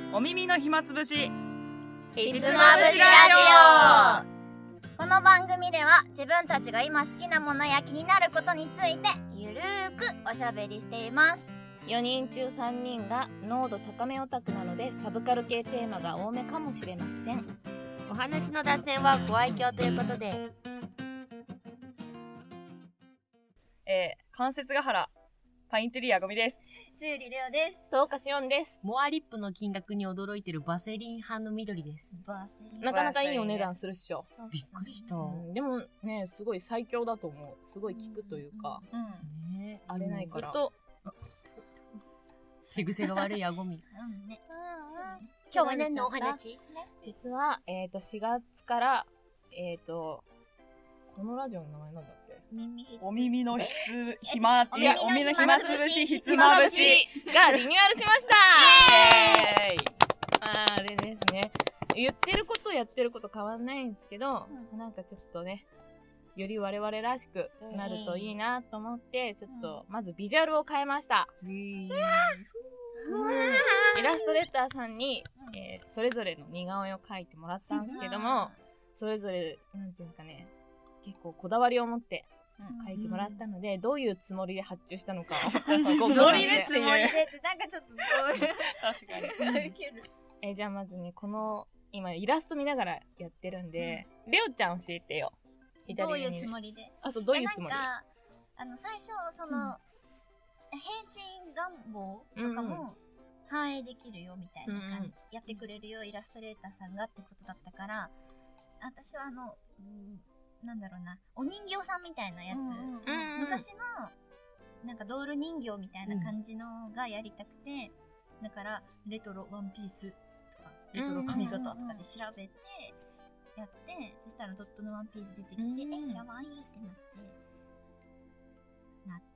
お耳の暇つぶしひつまぶしラジオ。この番組では自分たちが今好きなものや気になることについてゆるーくおしゃべりしています。 4人中3人が濃度高めオタクなのでサブカル系テーマが多めかもしれません。 お話の脱線はご愛嬌ということで、 関節ヶ原パインテリアゴミです。 つゆりりょうです。 そうかしおんです。 モアリップの金額に驚いてるバセリン派の緑です。 バセリンなかなかいいお値段するっしょ。 びっくりした。 でもね、すごい最強だと思う。すごい効くというか、 ね、 荒れないから。 ずっと手癖が悪いあごみ。 ね。 今日は何のお話？ 実は4月からこのラジオの名前なんだっけ？ お耳の暇つぶしひつまぶしがリニューアルしました。 イエーイ。 あれですね。言ってることやってること変わんないんですけど、なんかちょっとね、より我々らしくなるといいなと思って、ちょっとまずビジュアルを変えました。イラストレーターさんに、それぞれの似顔絵を描いてもらったんですけども、それぞれなんていうかね、結構こだわりを持って描いてもらったので、どういうつもりで発注したのかつもりでってなんかちょっと確かにじゃあまずね、この今イラスト見ながらやってるんで、りょうちゃん教えてよ。 どういうつもりで？ そう、どういうつもり？ 最初その、変身願望とかも反映できるよみたいな感じ、やってくれるよイラストレーターさんがってことだったから、私はなんだろうな、お人形さんみたいなやつ、昔のなんかドール人形みたいな感じのがやりたくて、だからレトロワンピースとかレトロ髪型とかで調べてやって、そしたらドットのワンピース出てきて、かわいいってなった。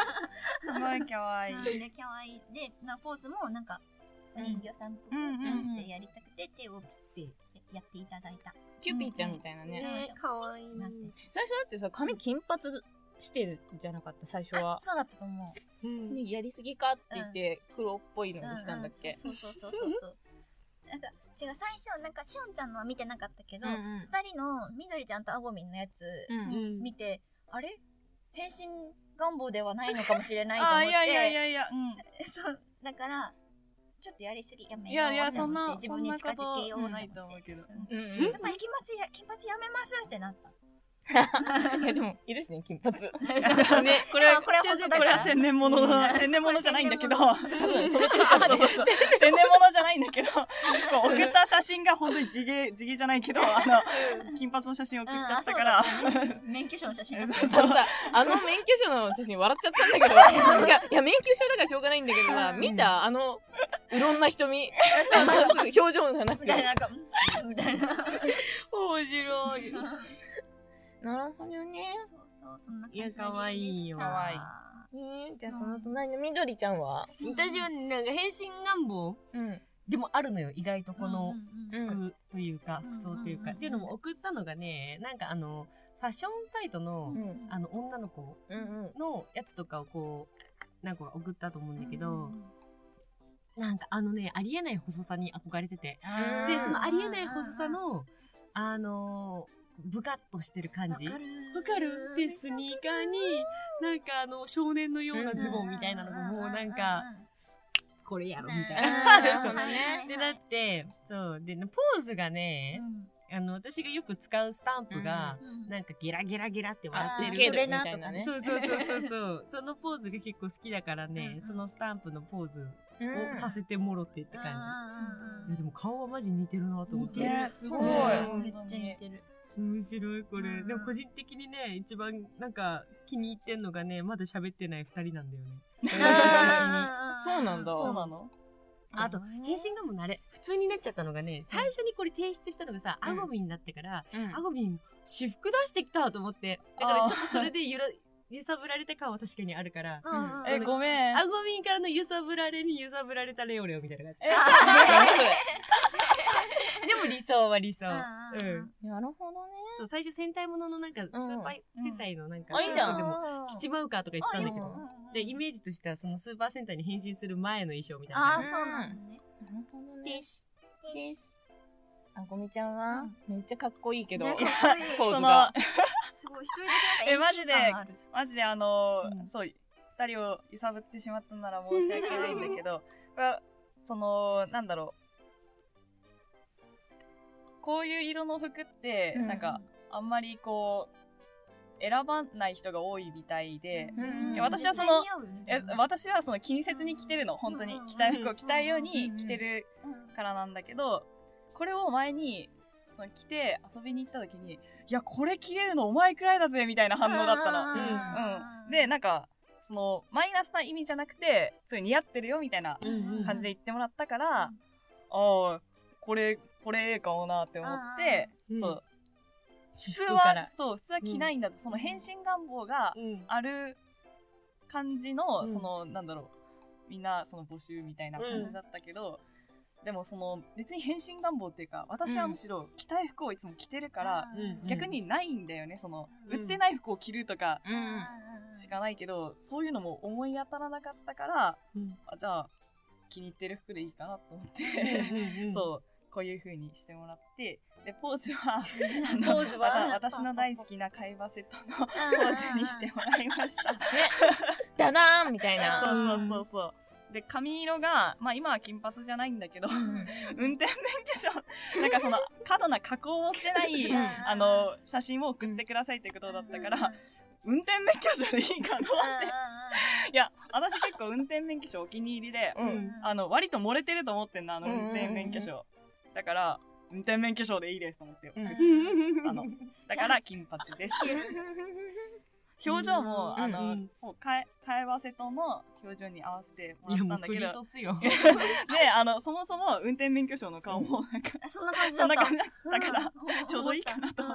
すごいかわいい。 で、かわいい。で、ポーズもなんかお人形さんっぽくってやりたくて、手をピッてやっていただいた。 キューピーちゃんみたいなね。 かわいい。 最初だってさ、髪金髪してるじゃなかった、最初は。 そうだったと思う。 ね、やりすぎかって言って黒っぽいのにしたんだっけ？ そう。なんか違う、最初なんかしおんちゃんのは見てなかったけど、2人のみどりちゃんとあごみんのやつ見て、あれ変身願望ではないのかもしれないと思って。 いや、 そうだからちょっとやりすぎやめようって思って自分に近づけようないと思うけど。 やっぱり金髪やめますってなった。 いやでもいるしね、金髪。 これは天然物じゃないんだけど、天然物じゃないんだけど、送った写真が本当に地毛じゃないけど、金髪の写真送っちゃったから、 免許証の写真。 そうさ、免許証の写真笑っちゃったんだけど、いや免許証だからしょうがないんだけどさ、見たいろんな瞳、表情じゃなくて、 なんかみたいな。 面白い。 なるほどね。 そう、そんな感じでした。 いや、かわいいよ。 かわいい。 じゃあその隣のみどりちゃんは？ 私はなんか変身願望でもあるのよ、意外とこの服というか、服装というか。っていうのも送ったのがね、なんかファッションサイトの女の子のやつとかをこう、何個か送ったと思うんだけど、なんかありえない細さに憧れてて。で、そのありえない細さの、ブカッとしてる感じ。わかるで、スニーカーに、なんか少年のようなズボンみたいなのももうなんか、これやろみたいな。そうね。で、だって、そう。で、ポーズがね、私がよく使うスタンプが、なんかゲラゲラゲラって笑ってる。 それなとかね。 そう。そのポーズが結構好きだからね、そのスタンプのポーズをさせてもろってって感じ。いや、でも顔はマジ似てるなと思って。 似てる。すごい。 めっちゃ似てる。 面白いこれ。でも個人的にね、一番なんか気に入ってんのがね、まだ喋ってない2人なんだよね。 そうなんだ。 そうなの？ あと、変身願望のあれ、普通になっちゃったのがね、最初にこれ提出したのがさ、あごみんになってから、あごみん、私服出してきたと思って、だからちょっとそれで揺さぶられた感は確かにあるから、 ごめん。 あごみんからの揺さぶられに揺さぶられたレオレオみたいな感じ。でも理想は理想。 なるほどね。 そう、最初戦隊もののなんか、スーパー戦隊のなんか、 いいじゃんでも、着ちまうかとか言ってたんだけど、で、イメージとしてはそのスーパー戦隊に変身する前の衣装みたいな。 あ、そうなんだね。 なるほどね。 です。 あこみちゃんはめっちゃかっこいいけど、 ポーズが。 すごい、一人でマジで、そう、二人を揺さぶってしまったなら申し訳ないんだけど、その、なんだろう。こういう色の服って、なんか、あんまりこう、選ばない人が多いみたいで、私は私はその気にせずに着てるの、本当に。着たい服を着たいように着てるからなんだけど、これを前に、その着て遊びに行った時に、いや、これ着れるのお前くらいだぜみたいな反応だったの。で、なんか、その、マイナスな意味じゃなくて、そういう似合ってるよみたいな感じで言ってもらったから、ああ、これええかもなって思って、そう。普通は着ないんだと、その変身願望がある感じの、その、なんだろう、みんなその募集みたいな感じだったけど、でもその別に変身願望っていうか、私はむしろ着たい服をいつも着てるから、逆にないんだよね。その売ってない服を着るとかしかないけど、そういうのも思い当たらなかったから、じゃあ気に入ってる服でいいかなと思ってそうこういう風にしてもらって、でポーズは私の大好きなカイバセットのポーズにしてもらいました。 だなーみたいな。 そうで、髪色が、まあ今は金髪じゃないんだけど、運転免許証、なんかその過度な加工をしてない、写真を送ってくださいってことだったから、運転免許証でいいかなって。いや、私結構運転免許証お気に入りで、割と漏れてると思ってんな、運転免許証。だから、運転免許証でいいですと思って送って。だから金髪です。表情も、もう会話せとの表情に合わせてもらったんだけど。いや、もう振り卒よ。で、そもそも運転免許証の顔も、なんか、 そんな感じだった。 だから、ちょうどいいかなと思って。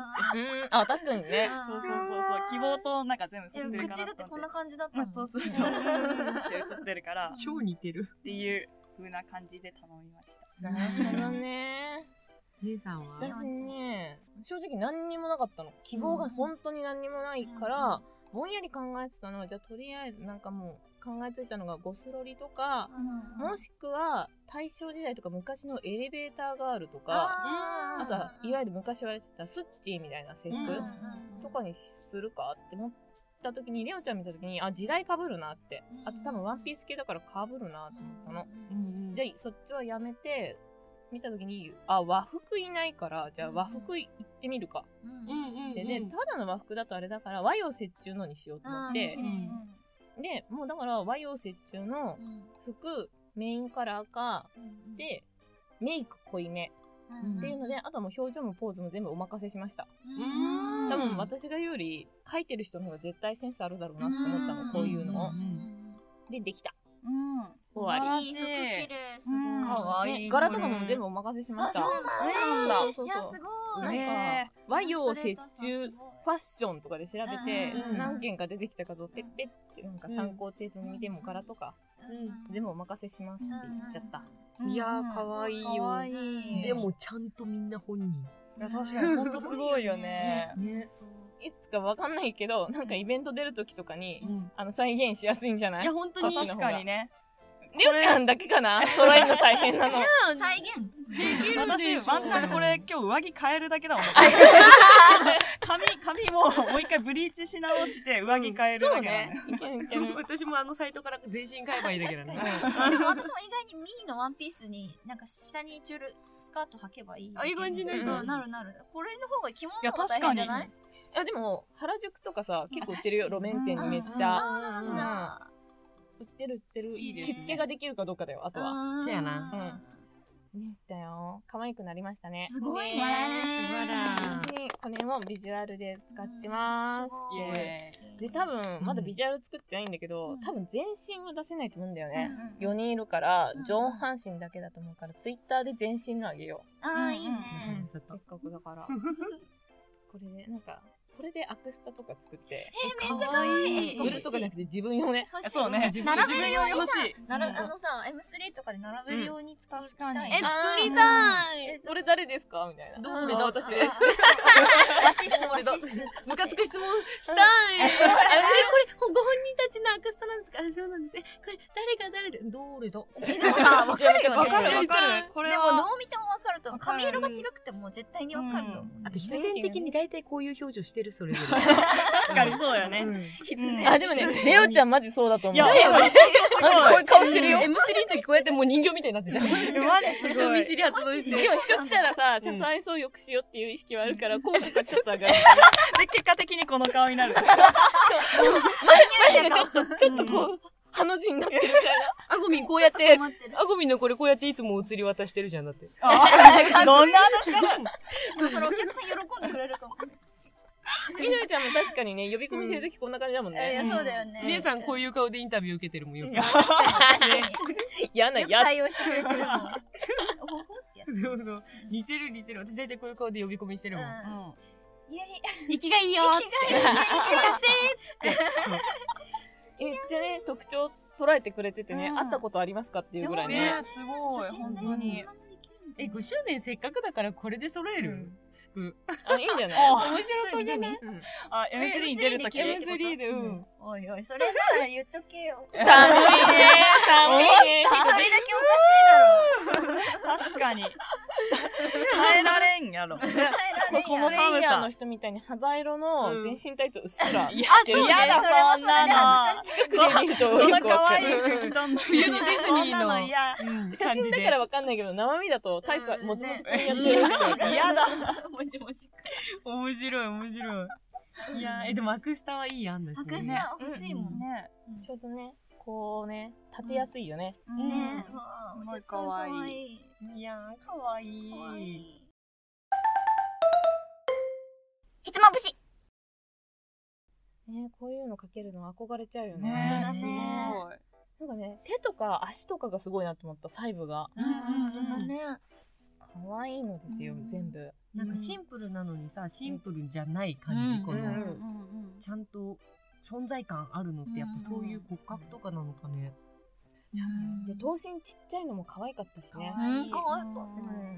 あ、確かにね。 そう。希望となんか全部沿ってるかなと思って。 口だってこんな感じだったの。 そう。って映ってるから。 超似てる。 っていう風な感じで頼みました。 なるほどね。 姉さんは私ね、正直何にもなかったの。希望が本当に何にもないから、ぼんやり考えてたのは、じゃあとりあえずなんかもう考えついたのがゴスロリとか、もしくは大正時代とか昔のエレベーターガールとか、あとはいわゆる昔言われてたスッチーみたいな制服とかにするかって思った時に、レオちゃん見た時に、あ、時代被るなって。あと多分ワンピース系だから被るなと思ったの。じゃあそっちはやめて、見た時に、あ、和服いないから、じゃあ和服行ってみるか。で、ただの和服だとあれだから、和洋折衷のにしようと思って、で、もうだから和洋折衷の服、メインカラーか、で、メイク濃いめ。っていうので、あとはもう表情もポーズも全部お任せしました。多分私が言うより、描いてる人の方が絶対センスあるだろうなって思ったの、こういうのを。で、できた。終わり。 いい服着る。すごい。 かわいい。柄とかも全部お任せしました。 そうなんだ。 そう。 いや、すごい。 なんか、和洋折衷ファッションとかで調べて、何件か出てきた画像をペッペってなんか参考程度に見ても柄とか、全部お任せしますって言っちゃった。 いやー、かわいいよ。でも、ちゃんとみんな本人。 いや、確かに、ほんとすごいよね。 いつかわかんないけど、なんかイベント出るときとかに、再現しやすいんじゃない？ いや、本当に。 確かにね。 りょうちゃんだけかな揃えるの大変なの。 再現私、ワンチャンこれ今日上着変えるだけだもん。髪ももう一回ブリーチし直して上着変えるだけだね。 私もサイトから全身買えばいいだけだね。 でも私も意外にミニのワンピースになんか下にチュールスカート履けばいい。 ああいう感じになる。 なる。これの方が着物の方が大変じゃない？ いやでも原宿とかさ結構売ってるよ、路面店にめっちゃ。 そうなんだ。 売ってる。着付けができるかどうかだよ、あとは。 そうやな。 でしたよ。可愛くなりましたね。 すごいね。 素晴らしい。 これもビジュアルで使ってます。で、多分、まだビジュアル作ってないんだけど、多分全身は出せないと思うんだよね。4人いるから、上半身だけだと思うから、ツイッターで全身のあげよう。 ああ、いいね。 せっかくだから。これで、なんか、 これでアクスタとか作って。 めっちゃ可愛い。 売るとかじゃなくて自分用ね。 そうね。 並べるようにさ、M3 とかで並べるように作りたい。 作りたい。これ誰ですかみたいな。 どれだ私です。 わしっす。 ムカつく質問したい。これご本人たちのアクスタなんですか？そうなんですね。これ誰が誰でどれだ？ でもさ、わかるよね。 わかる。 これでもどう見てもわかると思う。髪色が違くても絶対にわかると思う。 あと必然的に大体こういう表情してるそれぞれ。 確かにそうだよね。 必然。 あ、でもね、レオちゃんマジそうだと思う。 いや、 マジこういう顔してるよ。 M3 の時こうやってもう人形みたいになってる。 マジすごい。 人見知り発動して。 でも人来たらさ、ちゃんと愛想よくしようっていう意識はあるから、効果がちょっと上がる。 で、結果的にこの顔になる。 眉がちょっとこう、ハの字になってるみたいな。 あごみんこうやって、あごみんのこれこうやっていつも映り渡してるじゃんだって。 どんな話かそのお客さん喜んでくれるかも。 みなみちゃんも確かにね、呼び込みしてるときこんな感じだもんね。 いや、そうだよね。 姉さんこういう顔でインタビュー受けてるもんよ。 確かに。 嫌なやつ。 対応してくれてるもん。 そう。似てる。私大体こういう顔で呼び込みしてるもん。 生きがいいよーっつって。 射精っつって。 めっちゃね、特徴捉えてくれててね、会ったことありますかっていうぐらいね。 すごい、本当に。 5周年せっかくだからこれで揃える服。 あ、いいんじゃない？ 面白そうじゃない？ あ、M3 に出るとき。 M3 で、 おいおい、それなら言っとけよ。 寒いね。あれだけおかしいだろ。 確かに。耐えられんやろ。 この寒さの人みたいに肌色の全身タイツうっすら。 嫌だ、そんなの。 近くで見るとよくわかる。 冬のディズニーの写真だからわかんないけど、生身だとタイツはもちもちこうやってる。 嫌だ。 面白い。いやでもアクスタはいい案ですね。 アクスタ欲しいもんね。 ちょうどね、こうね、立てやすいよね。 ねすごいかわいい。 いやー、かわいい。 ひつまぶし。 ね、こういうのかけるの憧れちゃうよね。 ね、 すごい。 なんかね、手とか足とかがすごいなと思った、細部が。 本当だね。 可愛いのですよ、全部。 なんかシンプルなのにさ、シンプルじゃない感じ、この、ちゃんと存在感あるのってやっぱそういう骨格とかなのかね。 で、頭身ちっちゃいのも可愛かったしね。 可愛かった。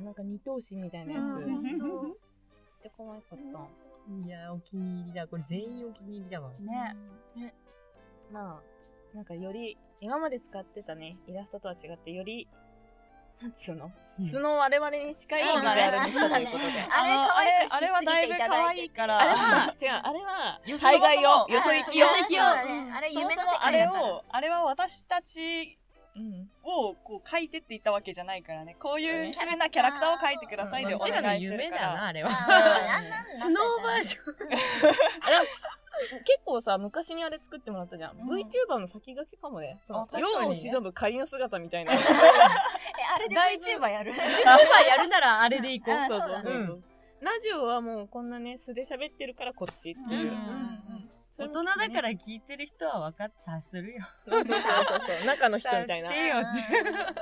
なんか二頭身みたいなやつ。めっちゃ可愛かった。 いやー、お気に入りだ。これ全員お気に入りだわ。 ね。 まあ、なんかより、今まで使ってたね、イラストとは違って、より、なんつうの素の我々に近いビジュアルにしたということで。 あれはだいぶ可愛いから。 あれは、海外よ。よそ行きよ。 あれ夢の世界だから。あれは私たちをこう書いてって言ったわけじゃないからね。こういう風なキャラクターを書いてくださいでお願いしてるから。 夢だな、あれは。スノーバージョン。 結構さ、昔にあれ作ってもらったじゃん。VTuber の先駆けかもね。世を忍ぶ仮の姿みたいな。 あれで VTuber やる？ VTuber やるならあれでいこう。 そう。ラジオはもうこんなね、素で喋ってるからこっちっていう。 大人だから聞いてる人は分かって察するよ。 そう。中の人みたいな。 してよって。 きっ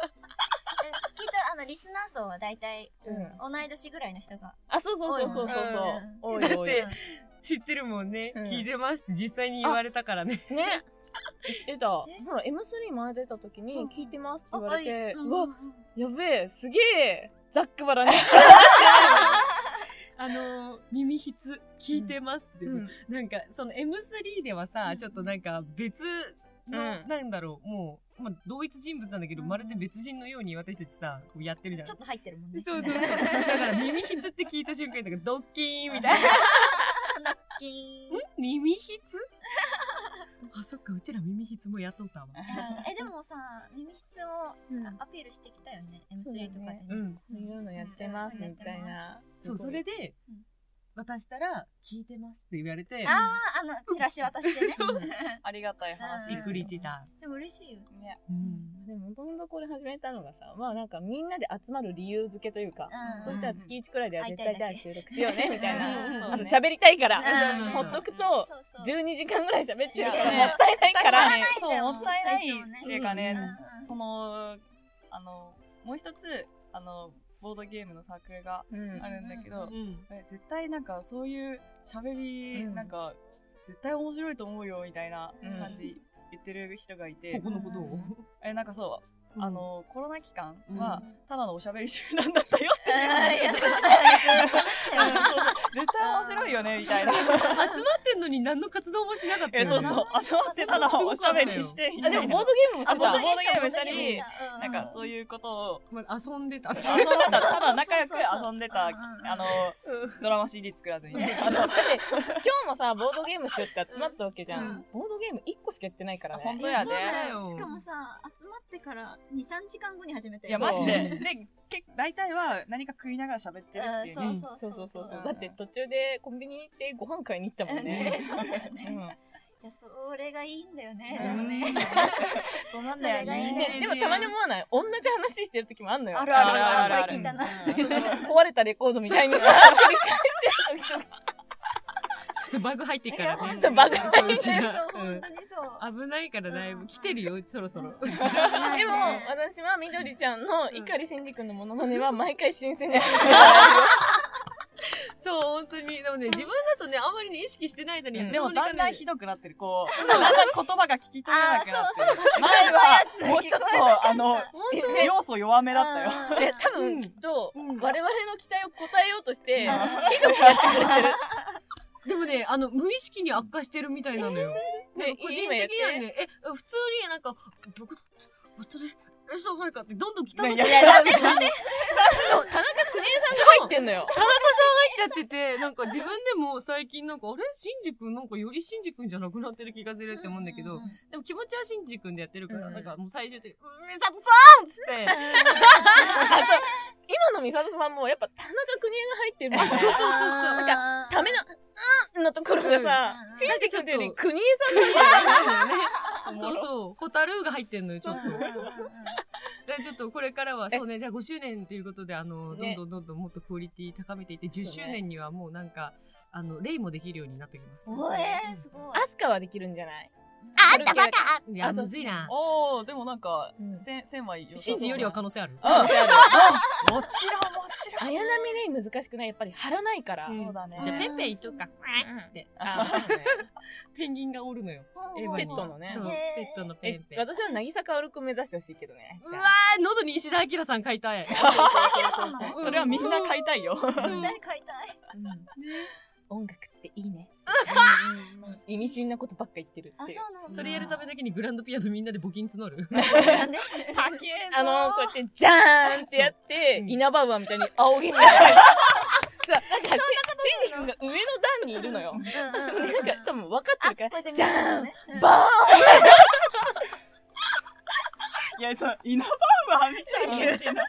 とリスナー層は大体同い年ぐらいの人が。 あ、そう。多い。 だって知ってるもんね。聞いてますって実際に言われたからね。 ね。言ってた。ほら、M3 前出た時に聞いてますって言われて、うわ、やべえ、すげえ、ざっくばらね。 耳筆聞いてますって。なんか、その M3 ではさ、ちょっとなんか別の、なんだろう、もう、まあ、同一人物なんだけど、まるで別人のように私たちさ、やってるじゃん。 ちょっと入ってるもんね。 そう。だから耳筆って聞いた瞬間に、なんかドッキーンみたいな。 ドッキーン。 耳筆あ、そっか、うちら耳筆も雇ったわ。 でもさ、耳筆をアピールしてきたよね、M3 とかでね。 いうのやってますみたいな。 そう、それで、渡したら、聞いてますって言われて。 チラシ渡してね。 ありがたい話。 びっくりした。 でも嬉しいよね。 でも、もともとこれ始めたのがさ、まあなんかみんなで集まる理由付けというか、そしたら月1くらいでは絶対じゃあ収録しようね、みたいな。あと喋りたいから、ほっとくと、12時間ぐらい喋ってるからもったいないからね。 そう、もったいないっていうかね、もう一つ、 ボードゲームのサークルがあるんだけど、絶対なんかそういう喋り、なんか絶対面白いと思うよみたいな感じで言ってる人がいて、 ここのことをなんかそう、コロナ期間はただのおしゃべり集団だったよっていう絶対面白いよねみたいな。集まってんのに何の活動もしなかったよね。 そうそう、集まってただおしゃべりしてみたいな。 でもボードゲームもしてた。 ボードゲームしたり、なんかそういうことを遊んでた。 ただ仲良く遊んでた、ドラマ CD 作らずにね。 だって今日もさ、ボードゲームしようって集まったわけじゃん。ボードゲーム1個しかやってないからね。 本当やね。 しかもさ、集まってから2、3時間後に始めて。 いやマジで。で、大体は何か食いながら喋ってるっていうね。 そう。だって途中でコンビニ行ってご飯買いに行ったもんね。 そうだよね。いや、それがいいんだよね。 そうなんだよね。 でもたまに思わない？同じ話してる時もあんのよ。 ある。これ聞いたな。 壊れたレコードみたいに。 ちょっとバグ入ってるからね。 そう、バグ入ってる。 そう、本当にそう。 危ないからだいぶ来てるよ、そろそろ。 でも、私はみどりちゃんの碇シンジ君のモノマネは毎回新鮮です。 そう、本当に。でもね、自分だとね、あんまりね、意識してないのに。 でも、だんだんひどくなってる。こう、だんだん言葉が聞き取れなくなってる。前は、もうちょっと、要素弱めだったよ。 多分、きっと、我々の期待を応えようとして、ひどくやってくれてる。 でもね、無意識に悪化してるみたいなのよ。ね、個人的にはね、普通になんか、僕だって、それかって、どんどん汚くなって。 そう、田中邦衛さんが入ってんのよ。 田中さん入っちゃってて、なんか自分でも最近なんか、あれシンジ君なんかよりシンジ君じゃなくなってる気がするって思うんだけど、でも気持ちはシンジ君でやってるから、なんかもう最終的に、ミサトさんっつって。 今のミサトさんもやっぱ田中邦衛が入ってるもんね。 そう。 なんか、ためのところがさ、シンジ君ってより邦衛さんの家そう、ホタルーが入ってんのよ、ちょっと。ちょっとこれからは、そうね、じゃあ5周年っていうことで、どんどんもっとクオリティ高めていって、10周年にはもうなんか、レイもできるようになっておきます。 すごい。 アスカはできるんじゃない？ あったバカ！ いや、むずいな。 でもなんか、線はシンジよりは可能性ある。 もちろん。 綾波レイ難しくない？やっぱり張らないから。 そうだね。 じゃあペンペン言っとくか。つって。ペンギンがおるのよ。 ペットのね。 ペットのペンペン。 私は渚かおるくん目指してほしいけどね。 うわー、喉に石田明さん買いたい。 それはみんな買いたいよ。 みんなに買いたい。 音楽っていいね。意味深なことばっか言ってるっていう。 それやるためだけにグランドピアノみんなで募金募る。 こうやってジャーンってやってイナバウアーみたいに仰ぎになる。さ、なんかシンジ君が上の段にいるのよ。なんか多分分かってるから、ジャーンバーン。 いや、イナバウアーみたいに言ってんの。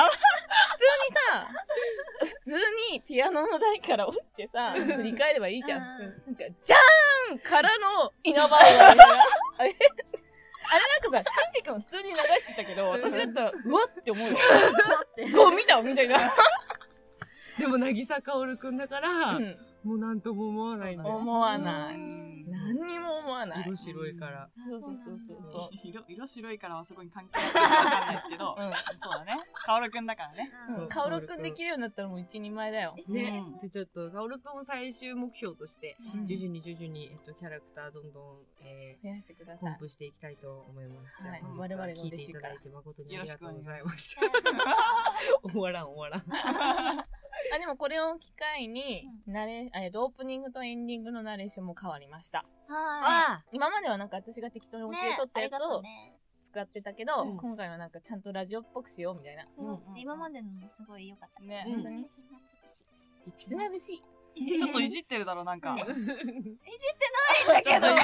普通にピアノの台から降りてさ、振り返ればいいじゃん。なんか、ジャーンからのイナバウアーみたいな。あれなんかさ、シンジ君普通に流してたけど、私だったら、うわって思うよ。見たみたいな。 でも、渚かおるくんだから、もうなんとも思わないんだよ。 思わない。何にも思わない。 色白いから。 そう。 色白いからはそこに関係ないかわかんないですけど、そうだね。かおるくんだからね。 かおるくんできるようになったらもう一人前だよ。 ね。で、ちょっと、かおるくんを最終目標として、徐々に、キャラクターどんどん、 増やしてください。 コンプしていきたいと思います。 我々が聞いていただいて誠にありがとうございました。終わらん。 でもこれを機会に、オープニングとエンディングのナレーションも変わりました。今まではなんか私が適当に教えとったやつを使ってたけど、今回はなんかちゃんとラジオっぽくしようみたいな。 今までのもすごい良かったね。 ひつまぶし。 ちょっといじってるだろ、なんか。 いじってないんだけど。違う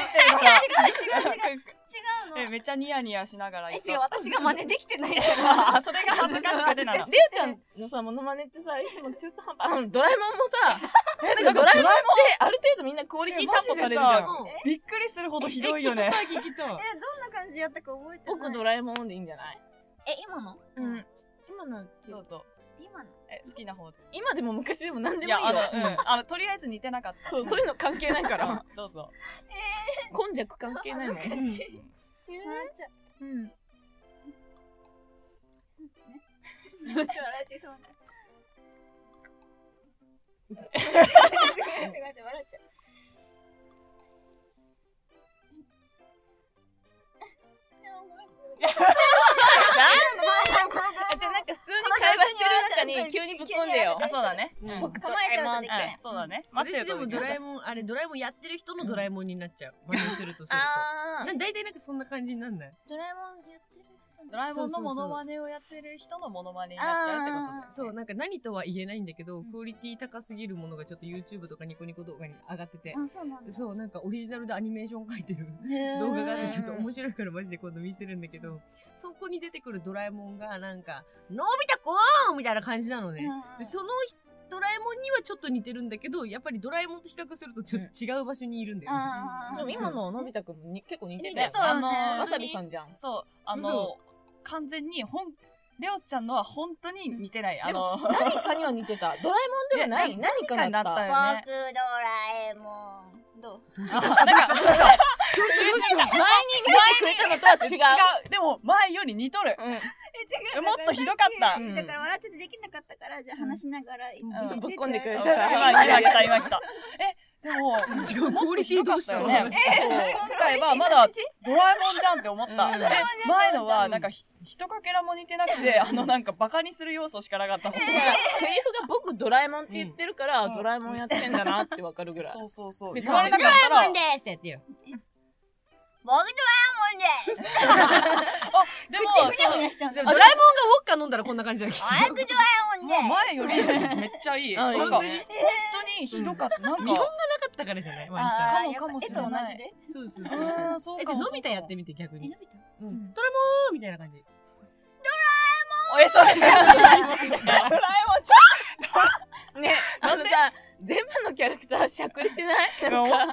の。 めっちゃニヤニヤしながら違う、私が真似できてないから。 それが恥ずかしくてなの。 レオちゃんのさ、モノマネってさ、いつも中途半端。ドラえもんもさ、なんかドラえもんってある程度みんなクオリティ担保されるじゃん。 びっくりするほどひどいよね。 どんな感じやったか覚えてない。 僕ドラえもんでいいんじゃない？ 今の？ 今の。 どうぞ。 今の？ 好きな方。 今でも昔でも何でもいいよ。 とりあえず似てなかった。 そういうの関係ないから。 どうぞ。 今弱関係ないもん。 笑って止まった。笑っちゃう。 じゃあなんか普通に会話してる中に急にぶっ込んでよ。 あ、そうだね。 僕構えちゃうとできない。 そうだね。 私でもドラえもん、あれドラえもんやってる人のドラえもんになっちゃう。真似するとすると。大体なんかそんな感じになんない？ ドラえもんやってる人。 ドラえもんのモノマネをやってる人のモノマネになっちゃうってことだよね。 そう、なんか何とは言えないんだけど、クオリティ高すぎるものがちょっと YouTube とかニコニコ動画に上がってて。 あ、そうなんだ。 そう、なんかオリジナルでアニメーション描いてる動画があってちょっと面白いからマジで今度見せるんだけど、そこに出てくるドラえもんがなんか、のび太くーんみたいな感じなのね。で、そのドラえもんにはちょっと似てるんだけど、やっぱりドラえもんと比較するとちょっと違う場所にいるんだよね。 でも今ののび太くんも結構似てたよね。 わさびさんじゃん。 そう、完全にレオちゃんのは本当に似てない。 何かには似てた。ドラえもんではない。何かになった。 僕ドラえもん。どう？ 前に見せてくれたのとは違う。 でも前より似とる。 違う。 もっとひどかった。 だから笑っちゃってできなかったから、じゃあ話しながらぶっ込んでくれたら。 今来た。でも、違う、もっとひどかったよね。今回はまだドラえもんじゃんって思った。前のはなんかひとかけらも似てなくて、なんかバカにする要素しかなかったもん。 セリフが僕ドラえもんって言ってるから、ドラえもんやってんだなってわかるぐらい。 そう。 言われなかったら。ドラえもんですってやってよ。僕ドラえもんです。 でも、 ぐちゃぐちゃしちゃうんだ。 ドラえもんがウォッカ飲んだらこんな感じだけど。 僕ドラえもんです。 前よりめっちゃいい。なんか、本当にひどかった。なんか、 見本がなかったからじゃないワンちゃん。 かもしれない。絵と同じで？ そう。じゃあ、のび太やってみて、逆に。 のび太？ ドラえもんみたいな感じ。 ドラえもんそれドラえもんね、さ、全部のキャラクターしゃくれてない？ 思った。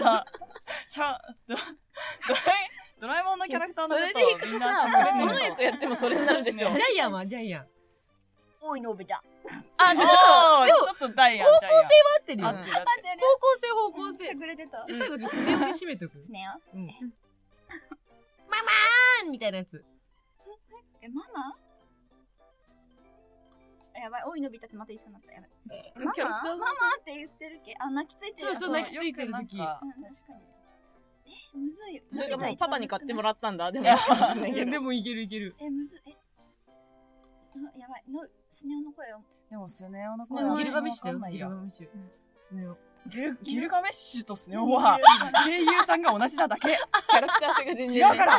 ドラえもんのキャラクターのことそれで引くとさ、どの役やってもそれになるでしょ。 ジャイアンはジャイアン。 おい、のび太。 ちょっとダイアン。 方向性は合ってるよ。 合ってる。 方向性。 しゃくれてた。 じゃあ最後、スネ夫で締めとく。 スネ夫？ ママーンみたいなやつ。 ママ？やばい、おいのび太ってまた言いそうになった。やばい。ママって言ってるけ。泣きついてる。 そう、泣きついてる時。 確かに。むずいよ。 それがもうパパに買ってもらったんだ。でもいける。 むずい。やばい。スネ夫の声を。 でもスネ夫の声はギルガメッシュだよ。ギルガメッシュ。スネ夫。 ギルガメッシュとスネ夫は声優さんが同じなだけ。 キャラクター性が全然違うから。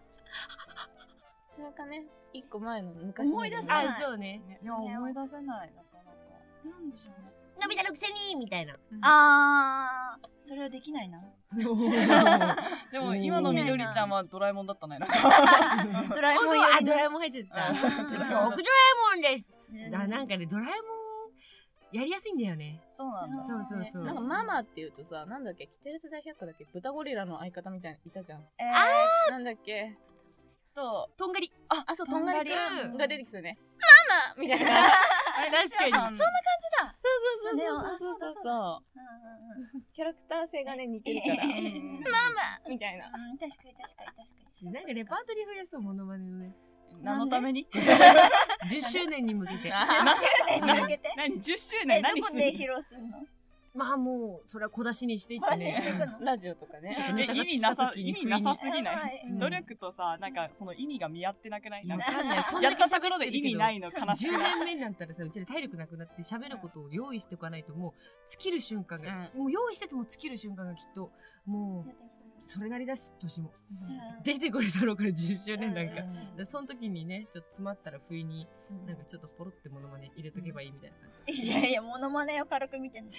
それかね、一個前の昔の。 思い出せない。 そうね。 いや、思い出せない。なかなか。 なんでしょうね。 のび太のくせにみたいな。 それはできないな。 でも今のみどりちゃんはドラえもんだったね。 ドラえもんドラえもん入っちゃった。僕ドラえもんです。なんかね、ドラえもんやりやすいんだよね。 そうなんだ。 そう。 なんかママって言うとさ、なんだっけ、キテレツ大百科だっけ、豚ゴリラの相方みたいないたじゃん。なんだっけ。 とんがり。 そう、とんがりくんが出てきそうね。ママみたいな。 確かに。 そんな感じだ。 そう。キャラクター性がね、似てるから。ママみたいな。 確かに。 なんかレパートリー増やそう、モノマネのね。 何のために ?10 周年に向けて。 10周年に向けて何 ?10 周年何するの？ どこで披露するの？ まあもう、それは小出しにしていってね。 ラジオとかね。 意味なさすぎない。努力とさ、なんかその意味が見合ってなくない？なんかやったところで意味ないの悲しい。 10年目になったらさ、うちで体力なくなって喋ることを用意しておかないともう尽きる瞬間が、もう用意してても尽きる瞬間がきっと、もう、それなりだし、年も。できてくれたろうから10周年なんか。その時にね、ちょっと詰まったら不意に、なんかちょっとポロってモノマネ入れとけばいいみたいな感じ。 いや、モノマネを軽く見てんの。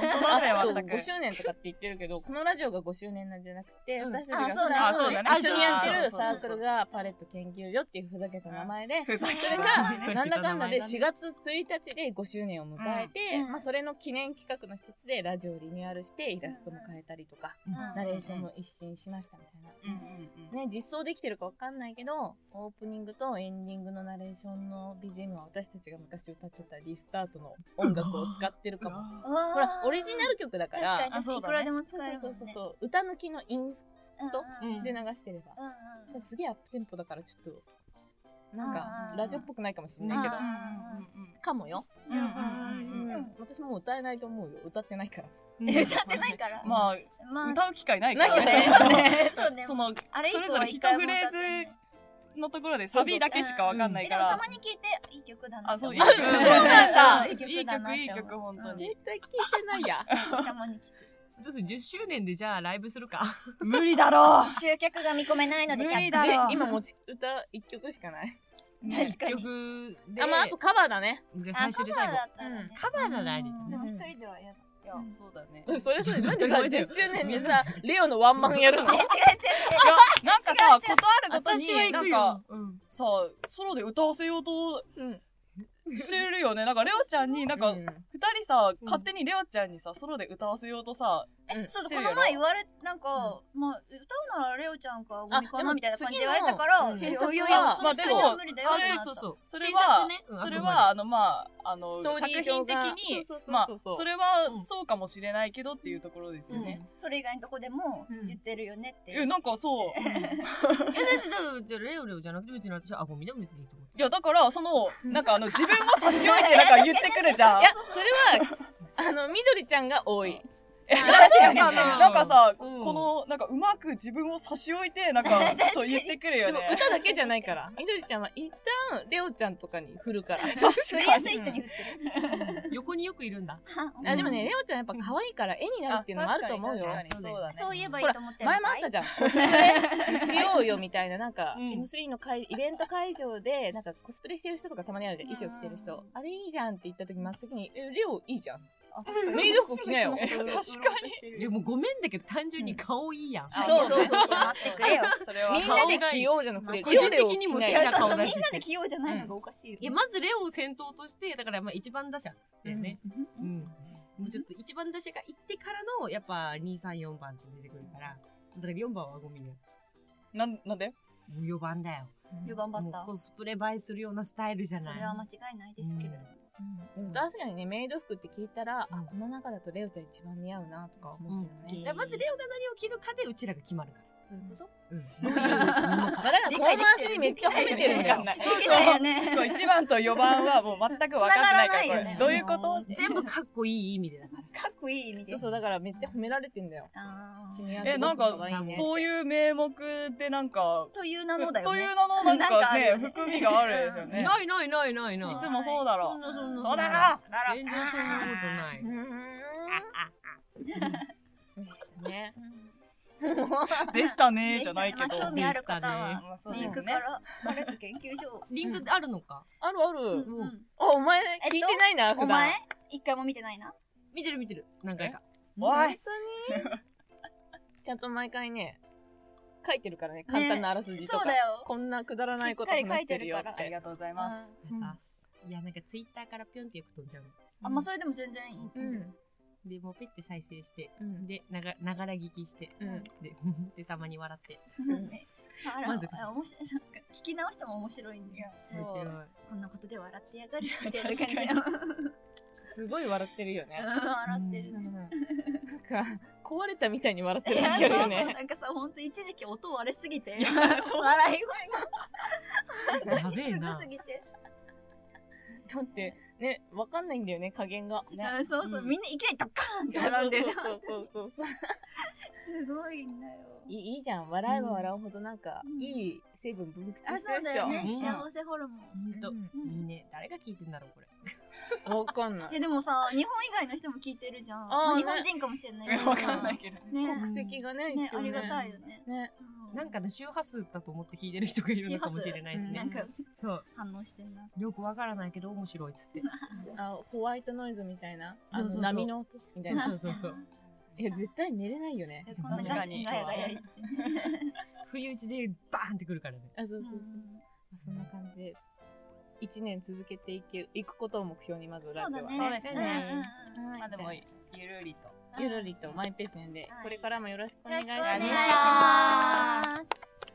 5周年とかって言ってるけど、このラジオが5周年なんじゃなくて、私たちが一緒にやってるサークルがパレット研究所っていうふざけた名前で、それがなんだかんだで4月1日で5周年を迎えて、まあそれの記念企画の一つでラジオをリニューアルしてイラストも変えたりとか、ナレーションも一新しましたみたいな。ね、実装できてるかわかんないけど、オープニングとエンディングのナレーションの BGM は私たちが昔歌ってたリスタートの音楽を使ってるかも。ほら、オリジナル曲だから、 確かにいくらでも使えるもんね。 そう歌抜きのインストで流してれば。すげえアップテンポだからちょっと、 なんかラジオっぽくないかもしれないけどかもよ。私もう歌えないと思うよ。歌ってないから。 歌ってないから。 まあ歌う機会ないからね。そうね。 そのそれぞれ一フレーズのところでサビだけしかわかんないから。 でもたまに聞いていい曲だな。 あ、そういい曲。そうなんだ。 いい曲本当に。 絶対聞いてないや。 たまに聞く。 どうする10周年でじゃあライブするか。 無理だろう。 集客が見込めないので無理だろう。 今持ち歌1曲しかない。 確かに。 曲で。 あとカバーだね。 じゃあ最初で最後。カバーならありだね。一人ではやだ。 そうだね。 それなんでさ10周年でさレオのワンマンやるの？ 違う。 なんかさ、ことあるごとになんかさソロで歌わせようとしてるよね。なんかレオちゃんになんか2人さ勝手にレオちゃんにさソロで歌わせようとさ。 そうこの前言われなんかまあ歌うならレオちゃんかゴミかなみたいな感じで言われたから。 まあでもそれはまあ作品的にまあそれはそうかもしれないけどっていうところですよね。 それ以外のとこでも言ってるよねって。 なんかそう。 いやだレオじゃなくて別に私はゴミでも別にいいと思う。 いやだからなんか自分を差し置いてなんか言ってくるじゃん。 いやそれはみどりちゃんが多い。 なんかさ、このなんかうまく自分を差し置いてなんかそう言ってくるよね。 でも歌だけじゃないから。みどりちゃんは一旦レオちゃんとかに振るから。 振りやすい人に振ってる。 横によくいるんだ。 でもねレオちゃんやっぱ可愛いから絵になるっていうのもあると思うよ。 そう言えばいいと思ってる。 前もあったじゃん。コスプレしようよみたいななんか M3 のイベント会場でなんかコスプレしてる人とかたまにあるじゃん。衣装着てる人。あれいいじゃんって言った時真っ先にレオいいじゃん。確かにメイド服着なよ。確かに。でもごめんだけど単純に顔いいやん。 そう待ってくれよ。 みんなで着ようじゃなくて、 個人的にも好きな顔だし。 みんなで着ようじゃないのがおかしいよ。 いやまずレオを先頭としてだからまあ一番打者だよね。もうちょっと一番打者が行ってからのやっぱ2、3、4番って出てくるから。だから4番はゴミだよ。 なんで ？4番だよ。 4番バッター。 コスプレ映えするようなスタイルじゃない。 それは間違いないですけど。 確かにねメイド服って聞いたらこの中だとレオちゃん一番似合うなとか思うけどね。 まずレオが何を着るかでうちらが決まるから。 どういうこと？ だから遠回しにめっちゃ褒めてるんだよ。 そう 1番と4番はもう全く分かってないからこれどういうこと？ 全部かっこいい意味でだから。 かっこいい意味で。 そうだからめっちゃ褒められてんだよ。 なんかそういう名目でなんかという名のだよね。 という名のなんかね含みがあるよね。 ない。 いつもそうだろ。 そうだろ。全然そんなことない。 でしたね。 でしたねじゃないけど。 興味ある方はリンクからパレット研究所。 リンクあるのか？ ある。お前聞いてないな。 お前一回も見てないな。 見てる。何回か。 おい。 本当に。ちゃんと毎回ね書いてるからね簡単なあらすじとか。こんなくだらないこと話してるよって。 ありがとうございます。 いやなんかツイッターからピョンってよく飛んじゃう。 まあそれでも全然いい。 でもうペッて再生して、でながら聞きして、でたまに笑って。 まず面白い聞き直しても面白いんですよ。こんなことで笑ってやがるみたいな感じ。 すごい笑ってるよね。 笑ってる。 なんか壊れたみたいに笑ってるだけよね。 なんかさ本当一時期音割れすぎて笑い声がやべえな。 だってねわかんないんだよね加減が。 そうみんないきなりドッカーンって笑うんだよね。 そうすごいんだよ。 いいじゃん笑えば笑うほどなんかいい成分分泌してるっしょ。 幸せホルモン。 いいね。誰が聞いてんだろうこれ。 わかんない。 いやでもさ日本以外の人も聞いてるじゃん。日本人かもしれないけど。 わかんないけどね。国籍がねありがたいよね。 なんかの周波数だと思って聞いてる人がいるのかもしれないしね。 なんかそう反応してんな。 よくわからないけど面白いっつって。 ホワイトノイズみたいな波の音みたいな。 そう。 絶対寝れないよね。 確かに。 不意打ちでバーンってくるからね。 そうそんな感じです。1年続けていくことを目標にまずラジオは。 そうですね。 まあでもゆるりとマイペースなんでこれからもよろしくお願いします。 よろしくお願いします。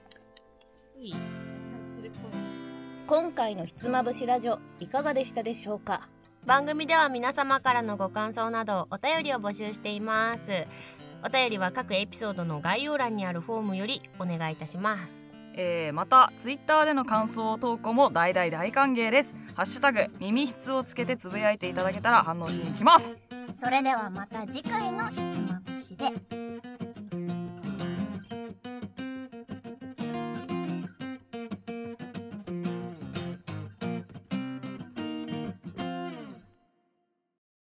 今回のひつまぶしラジオいかがでしたでしょうか。 番組では皆様からのご感想などお便りを募集しています。お便りは各エピソードの概要欄にあるフォームよりお願いいたします。 またツイッターでの感想投稿も大歓迎です。ハッシュタグ耳質をつけてつぶやいていただけたら反応しに行きます。 それではまた次回のひつまぶしで。